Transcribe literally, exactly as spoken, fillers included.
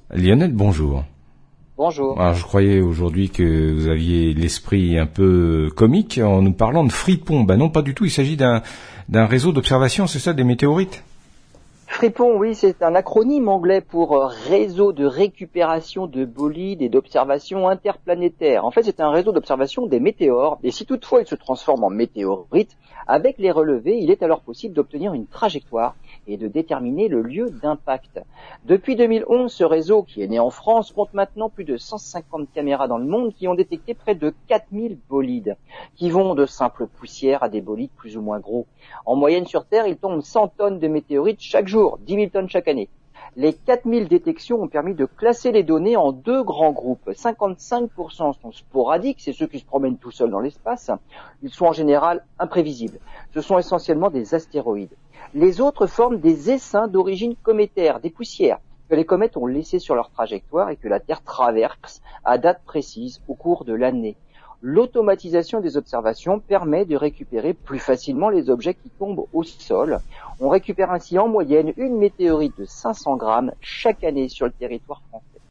Lionel, bonjour. Bonjour. Alors, je croyais aujourd'hui que vous aviez l'esprit un peu comique en nous parlant de Fripon. Ben non, pas du tout. Il s'agit d'un, d'un réseau d'observation, c'est ça, des météorites? Fripon, oui, c'est un acronyme anglais pour réseau de récupération de bolides et d'observation interplanétaire. En fait, c'est un réseau d'observation des météores. Et si toutefois il se transforme en météorite, avec les relevés, il est alors possible d'obtenir une trajectoire et de déterminer le lieu d'impact. Depuis deux mille onze, ce réseau, qui est né en France, compte maintenant plus de cent cinquante caméras dans le monde qui ont détecté près de quatre mille bolides, qui vont de simples poussières à des bolides plus ou moins gros. En moyenne sur Terre, il tombe cent tonnes de météorites chaque jour, dix mille tonnes chaque année. Les quatre mille détections ont permis de classer les données en deux grands groupes. cinquante-cinq pour cent sont sporadiques, c'est ceux qui se promènent tout seuls dans l'espace. Ils sont en général imprévisibles. Ce sont essentiellement des astéroïdes. Les autres forment des essaims d'origine cométaire, des poussières que les comètes ont laissées sur leur trajectoire et que la Terre traverse à date précise au cours de l'année. L'automatisation des observations permet de récupérer plus facilement les objets qui tombent au sol. On récupère ainsi en moyenne une météorite de cinq cents grammes chaque année sur le territoire français.